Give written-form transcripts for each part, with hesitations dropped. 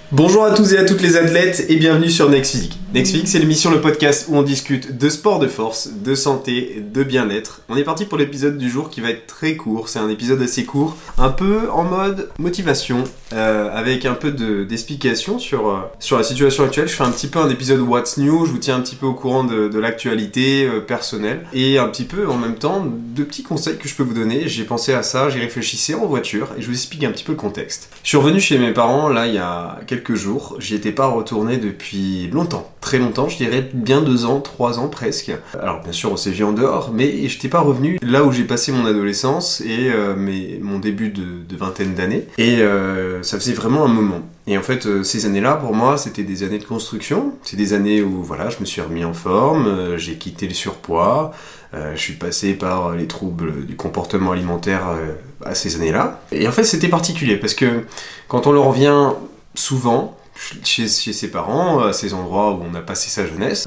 Bonjour à tous et à toutes les athlètes et bienvenue sur Next Physique. Next Physique, c'est l'émission, le podcast où on discute de sport de force, de santé, de bien-être. On est parti pour l'épisode du jour qui va être très court, c'est un épisode assez court, un peu en mode motivation, avec un peu d'explication sur la situation actuelle. Je fais un petit peu un épisode What's New, je vous tiens un petit peu au courant de l'actualité personnelle et un petit peu en même temps de petits conseils que je peux vous donner. J'ai pensé à ça, j'y réfléchissais en voiture et je vous explique un petit peu le contexte. Je suis revenu chez mes parents là il y a quelques jours, j'y étais pas retourné depuis longtemps, très longtemps, je dirais bien 2 ans, 3 ans presque. Alors bien sûr on s'est vu en dehors, mais j'étais pas revenu là où j'ai passé mon adolescence et mon début de vingtaine d'années, et ça faisait vraiment un moment. Et en fait, ces années-là, pour moi, c'était des années de construction. C'est des années où, voilà, je me suis remis en forme, j'ai quitté le surpoids, je suis passé par les troubles du comportement alimentaire à ces années-là. Et en fait, c'était particulier, parce que quand on le revient souvent chez ses parents, à ces endroits où on a passé sa jeunesse,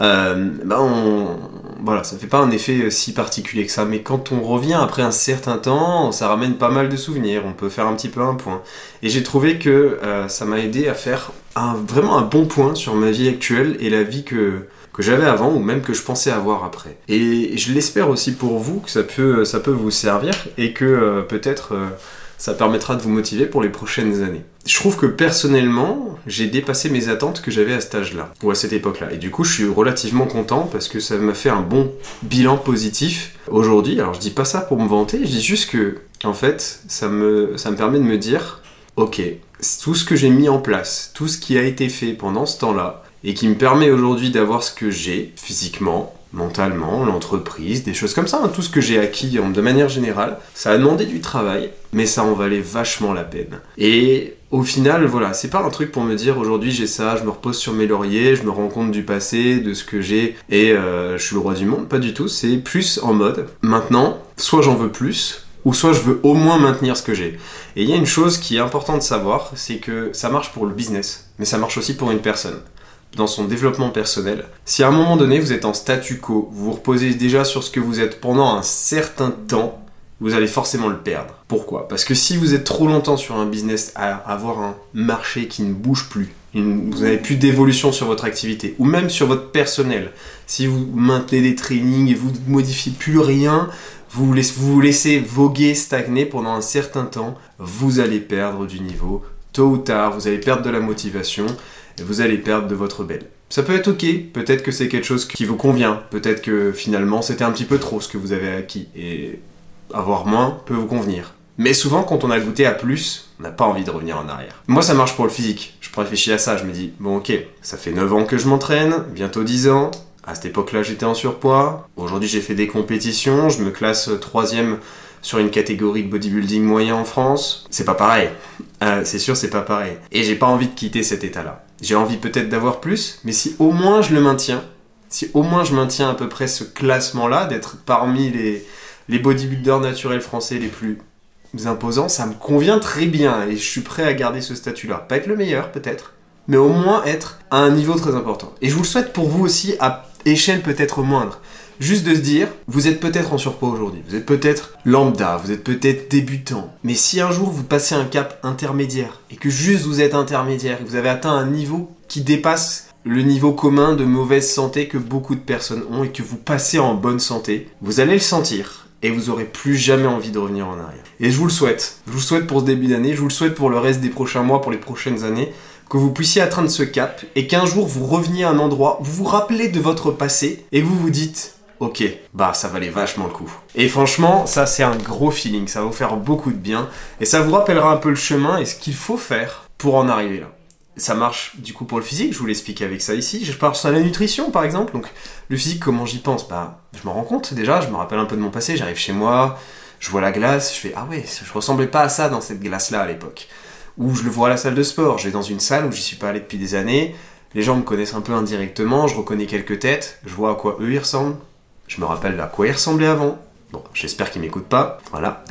voilà, ça fait pas un effet si particulier que ça, mais quand on revient après un certain temps, ça ramène pas mal de souvenirs, on peut faire un petit peu un point. Et j'ai trouvé que ça m'a aidé à faire vraiment un bon point sur ma vie actuelle et la vie que j'avais avant, ou même que je pensais avoir après. Et je l'espère aussi pour vous, que ça peut vous servir, et que peut-être ça permettra de vous motiver pour les prochaines années. Je trouve que personnellement, j'ai dépassé mes attentes que j'avais à cet âge-là, ou à cette époque-là. Et du coup, je suis relativement content parce que ça m'a fait un bon bilan positif aujourd'hui. Alors, je dis pas ça pour me vanter, je dis juste que, en fait, ça me permet de me dire, ok, tout ce que j'ai mis en place, tout ce qui a été fait pendant ce temps-là, et qui me permet aujourd'hui d'avoir ce que j'ai, physiquement, mentalement, l'entreprise, des choses comme ça, tout ce que j'ai acquis de manière générale, ça a demandé du travail, mais ça en valait vachement la peine. Et au final, voilà, c'est pas un truc pour me dire aujourd'hui j'ai ça, je me repose sur mes lauriers, je me rends compte du passé, de ce que j'ai, et je suis le roi du monde, pas du tout, c'est plus en mode, maintenant, soit j'en veux plus, ou soit je veux au moins maintenir ce que j'ai. Et il y a une chose qui est importante de savoir, c'est que ça marche pour le business, mais ça marche aussi pour une personne. Dans son développement personnel, si à un moment donné vous êtes en statu quo, vous vous reposez déjà sur ce que vous êtes pendant un certain temps, vous allez forcément le perdre. Pourquoi ? Parce que si vous êtes trop longtemps sur un business à avoir un marché qui ne bouge plus, vous n'avez plus d'évolution sur votre activité, ou même sur votre personnel, si vous maintenez des trainings et vous ne modifiez plus rien, vous vous laissez voguer, stagner pendant un certain temps, vous allez perdre du niveau. Tôt ou tard, vous allez perdre de la motivation, et vous allez perdre de votre belle. Ça peut être ok, peut-être que c'est quelque chose qui vous convient, peut-être que finalement c'était un petit peu trop ce que vous avez acquis, et avoir moins peut vous convenir. Mais souvent quand on a goûté à plus, on n'a pas envie de revenir en arrière. Moi ça marche pour le physique, je réfléchis à ça, je me dis, bon ok, ça fait 9 ans que je m'entraîne, bientôt 10 ans, à cette époque-là j'étais en surpoids, aujourd'hui j'ai fait des compétitions, je me classe 3e sur une catégorie de bodybuilding moyen en France, c'est pas pareil. C'est sûr, c'est pas pareil. Et j'ai pas envie de quitter cet état-là. J'ai envie peut-être d'avoir plus, mais si au moins je le maintiens, si au moins je maintiens à peu près ce classement-là, d'être parmi les bodybuilders naturels français les plus imposants, ça me convient très bien et je suis prêt à garder ce statut-là. Pas être le meilleur, peut-être, mais au moins être à un niveau très important. Et je vous le souhaite pour vous aussi, à échelle peut-être moindre. Juste de se dire, vous êtes peut-être en surpoids aujourd'hui, vous êtes peut-être lambda, vous êtes peut-être débutant. Mais si un jour vous passez un cap intermédiaire, et que juste vous êtes intermédiaire, et que vous avez atteint un niveau qui dépasse le niveau commun de mauvaise santé que beaucoup de personnes ont, et que vous passez en bonne santé, vous allez le sentir, et vous aurez plus jamais envie de revenir en arrière. Et je vous le souhaite. Je vous le souhaite pour ce début d'année, je vous le souhaite pour le reste des prochains mois, pour les prochaines années, que vous puissiez atteindre ce cap, et qu'un jour vous reveniez à un endroit, vous vous rappelez de votre passé, et vous vous dites... ok, ça valait vachement le coup. Et franchement, ça c'est un gros feeling, ça va vous faire beaucoup de bien, et ça vous rappellera un peu le chemin et ce qu'il faut faire pour en arriver là. Ça marche du coup pour le physique, je vous l'explique avec ça ici. Je pars sur la nutrition par exemple, donc le physique, comment j'y pense ? Je me rends compte déjà, je me rappelle un peu de mon passé, j'arrive chez moi, je vois la glace, je fais ah ouais, je ressemblais pas à ça dans cette glace là à l'époque. Ou je le vois à la salle de sport, je vais dans une salle où j'y suis pas allé depuis des années, les gens me connaissent un peu indirectement, je reconnais quelques têtes, je vois à quoi eux ils ressemblent. Je me rappelle à quoi il ressemblait avant. Bon, j'espère qu'il m'écoute pas, voilà.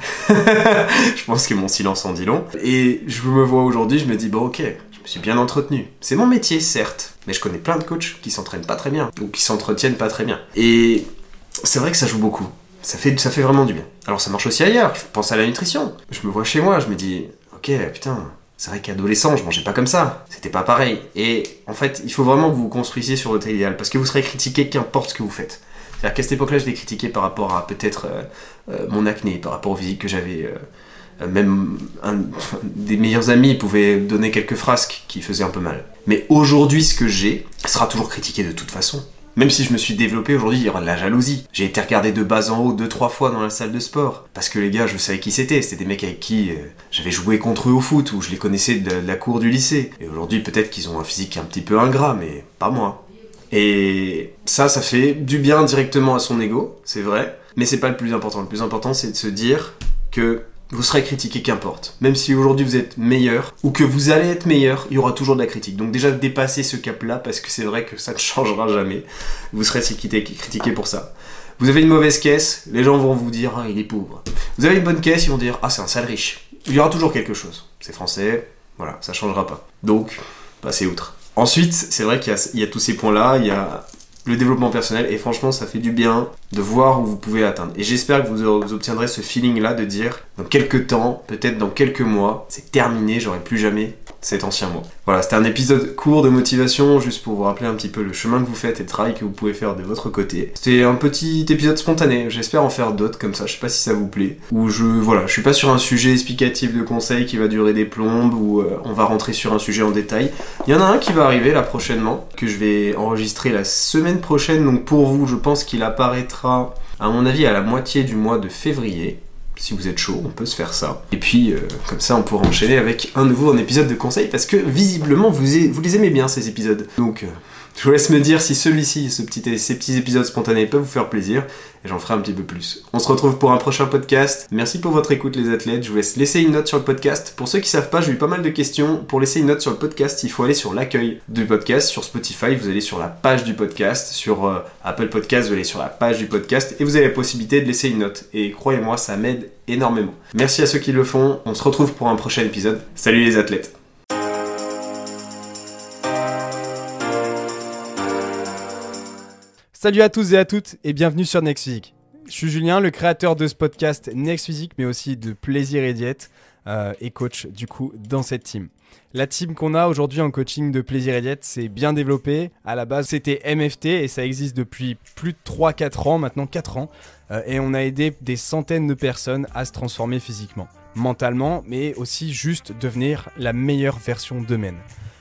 Je pense que mon silence en dit long. Et je me vois aujourd'hui, je me dis, ok, je me suis bien entretenu. C'est mon métier, certes, mais je connais plein de coachs qui s'entraînent pas très bien, ou qui s'entretiennent pas très bien. Et c'est vrai que ça joue beaucoup. Ça fait vraiment du bien. Alors ça marche aussi ailleurs, je pense à la nutrition. Je me vois chez moi, je me dis, ok, putain, C'est vrai qu'adolescent, je mangeais pas comme ça. C'était pas pareil. Et en fait, il faut vraiment que vous vous construisiez sur votre idéal. Parce que vous serez critiqué qu'importe ce que vous faites. C'est-à-dire qu'à cette époque-là, je l'ai critiqué par rapport à peut-être mon acné, par rapport au physique que j'avais. Même un des meilleurs amis pouvait donner quelques frasques qui faisaient un peu mal. Mais aujourd'hui, ce que j'ai sera toujours critiqué de toute façon. Même si je me suis développé aujourd'hui, il y aura de la jalousie. J'ai été regardé de bas en haut 2-3 fois dans la salle de sport. Parce que les gars, je savais qui c'était. C'était des mecs avec qui j'avais joué contre eux au foot, ou je les connaissais de la cour du lycée. Et aujourd'hui, peut-être qu'ils ont un physique un petit peu ingrat, mais pas moi. Et ça fait du bien directement à son ego, c'est vrai. Mais c'est pas le plus important. Le plus important, c'est de se dire que vous serez critiqué qu'importe. Même si aujourd'hui vous êtes meilleur, ou que vous allez être meilleur, il y aura toujours de la critique. Donc déjà, dépassez ce cap-là, parce que c'est vrai que ça ne changera jamais. Vous serez critiqué pour ça. Vous avez une mauvaise caisse, les gens vont vous dire « Ah, il est pauvre ». Vous avez une bonne caisse, ils vont dire « Ah, c'est un sale riche ». Il y aura toujours quelque chose. C'est français, voilà, ça changera pas. Donc, passez outre. Ensuite, c'est vrai qu'il y a tous ces points-là, il y a le développement personnel, et franchement ça fait du bien de voir où vous pouvez atteindre. Et j'espère que vous obtiendrez ce feeling là de dire dans quelques temps, peut-être dans quelques mois, c'est terminé, j'aurai plus jamais cet ancien moi. Voilà, c'était un épisode court de motivation, juste pour vous rappeler un petit peu le chemin que vous faites et le travail que vous pouvez faire de votre côté. C'était un petit épisode spontané, j'espère en faire d'autres comme ça, je sais pas si ça vous plaît. Où je suis pas sur un sujet explicatif de conseils qui va durer des plombes, ou on va rentrer sur un sujet en détail. Il y en a un qui va arriver là prochainement, que je vais enregistrer la semaine prochaine, donc pour vous, je pense qu'il apparaîtra, à mon avis, à la moitié du mois de février. Si vous êtes chaud, on peut se faire ça. Et puis, comme ça, on pourra enchaîner avec un épisode de conseils, parce que visiblement, vous les aimez bien, ces épisodes. Donc, je vous laisse me dire si celui-ci, ces petits épisodes spontanés peuvent vous faire plaisir, et j'en ferai un petit peu plus. On se retrouve pour un prochain podcast. Merci pour votre écoute, les athlètes. Je vous laisse laisser une note sur le podcast. Pour ceux qui savent pas, j'ai eu pas mal de questions. Pour laisser une note sur le podcast, il faut aller sur l'accueil du podcast. Sur Spotify, vous allez sur la page du podcast. Sur Apple Podcast, vous allez sur la page du podcast, et vous avez la possibilité de laisser une note. Et croyez-moi, ça m'aide énormément. Merci à ceux qui le font. On se retrouve pour un prochain épisode. Salut les athlètes. Salut à tous et à toutes et bienvenue sur Next Physique. Je suis Julien, le créateur de ce podcast Next Physique, mais aussi de Plaisir et Diète et coach du coup dans cette team. La team qu'on a aujourd'hui en coaching de Plaisir et Diète s'est bien développée. À la base, c'était MFT et ça existe depuis plus de 3-4 ans, maintenant 4 ans. Et on a aidé des centaines de personnes à se transformer physiquement, mentalement, mais aussi juste devenir la meilleure version d'eux-mêmes.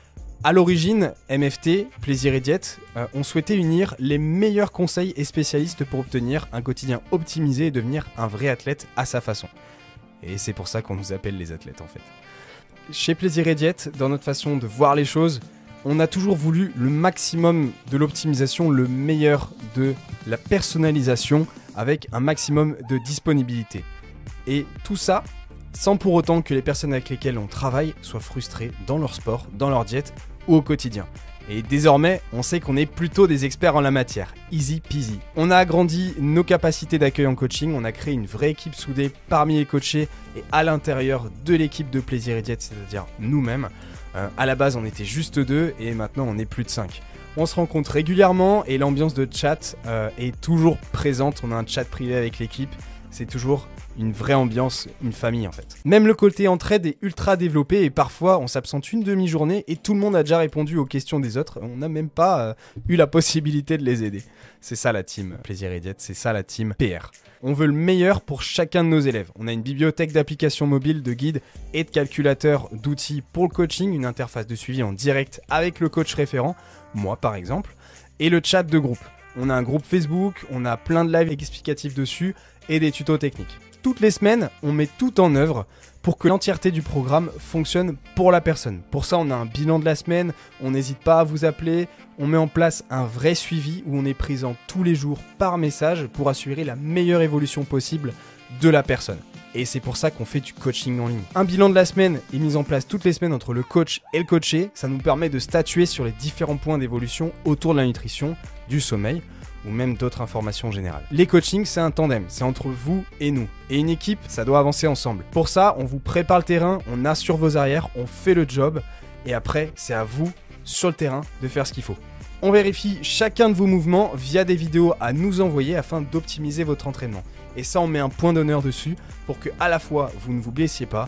À l'origine, MFT, Plaisir et Diète, on souhaitait unir les meilleurs conseils et spécialistes pour obtenir un quotidien optimisé et devenir un vrai athlète à sa façon. Et c'est pour ça qu'on nous appelle les athlètes en fait. Chez Plaisir et Diète, dans notre façon de voir les choses, on a toujours voulu le maximum de l'optimisation, le meilleur de la personnalisation avec un maximum de disponibilité. Et tout ça sans pour autant que les personnes avec lesquelles on travaille soient frustrées dans leur sport, dans leur diète ou au quotidien. Et désormais, on sait qu'on est plutôt des experts en la matière. Easy peasy. On a agrandi nos capacités d'accueil en coaching, on a créé une vraie équipe soudée parmi les coachés et à l'intérieur de l'équipe de Plaisir et Diète, c'est-à-dire nous-mêmes. À la base, on était juste 2 et maintenant on est plus de 5. On se rencontre régulièrement et l'ambiance de chat est toujours présente. On a un chat privé avec l'équipe, c'est toujours une vraie ambiance, une famille en fait. Même le côté entraide est ultra développé et parfois on s'absente une demi-journée et tout le monde a déjà répondu aux questions des autres. On n'a même pas eu la possibilité de les aider. C'est ça la team Plaisir et Diète, c'est ça la team PR. On veut le meilleur pour chacun de nos élèves. On a une bibliothèque d'applications mobiles, de guides et de calculateurs d'outils pour le coaching, une interface de suivi en direct avec le coach référent, moi par exemple, et le chat de groupe. On a un groupe Facebook, on a plein de lives explicatifs dessus et des tutos techniques. Toutes les semaines, on met tout en œuvre pour que l'entièreté du programme fonctionne pour la personne. Pour ça, on a un bilan de la semaine, on n'hésite pas à vous appeler, on met en place un vrai suivi où on est présent tous les jours par message pour assurer la meilleure évolution possible de la personne. Et c'est pour ça qu'on fait du coaching en ligne. Un bilan de la semaine est mis en place toutes les semaines entre le coach et le coaché. Ça nous permet de statuer sur les différents points d'évolution autour de la nutrition, du sommeil, ou même d'autres informations générales. Les coachings, c'est un tandem, c'est entre vous et nous. Et une équipe, ça doit avancer ensemble. Pour ça, on vous prépare le terrain, on assure vos arrières, on fait le job, et après, c'est à vous, sur le terrain, de faire ce qu'il faut. On vérifie chacun de vos mouvements via des vidéos à nous envoyer afin d'optimiser votre entraînement. Et ça, on met un point d'honneur dessus pour que à la fois, vous ne vous blessiez pas,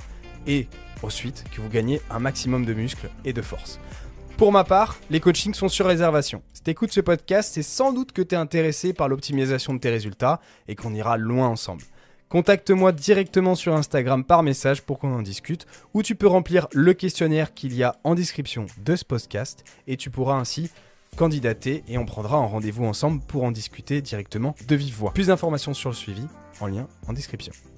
et ensuite que vous gagnez un maximum de muscles et de force. Pour ma part, les coachings sont sur réservation. Si tu écoutes ce podcast, c'est sans doute que tu es intéressé par l'optimisation de tes résultats et qu'on ira loin ensemble. Contacte-moi directement sur Instagram par message pour qu'on en discute, ou tu peux remplir le questionnaire qu'il y a en description de ce podcast et tu pourras ainsi candidater et on prendra un rendez-vous ensemble pour en discuter directement de vive voix. Plus d'informations sur le suivi en lien en description.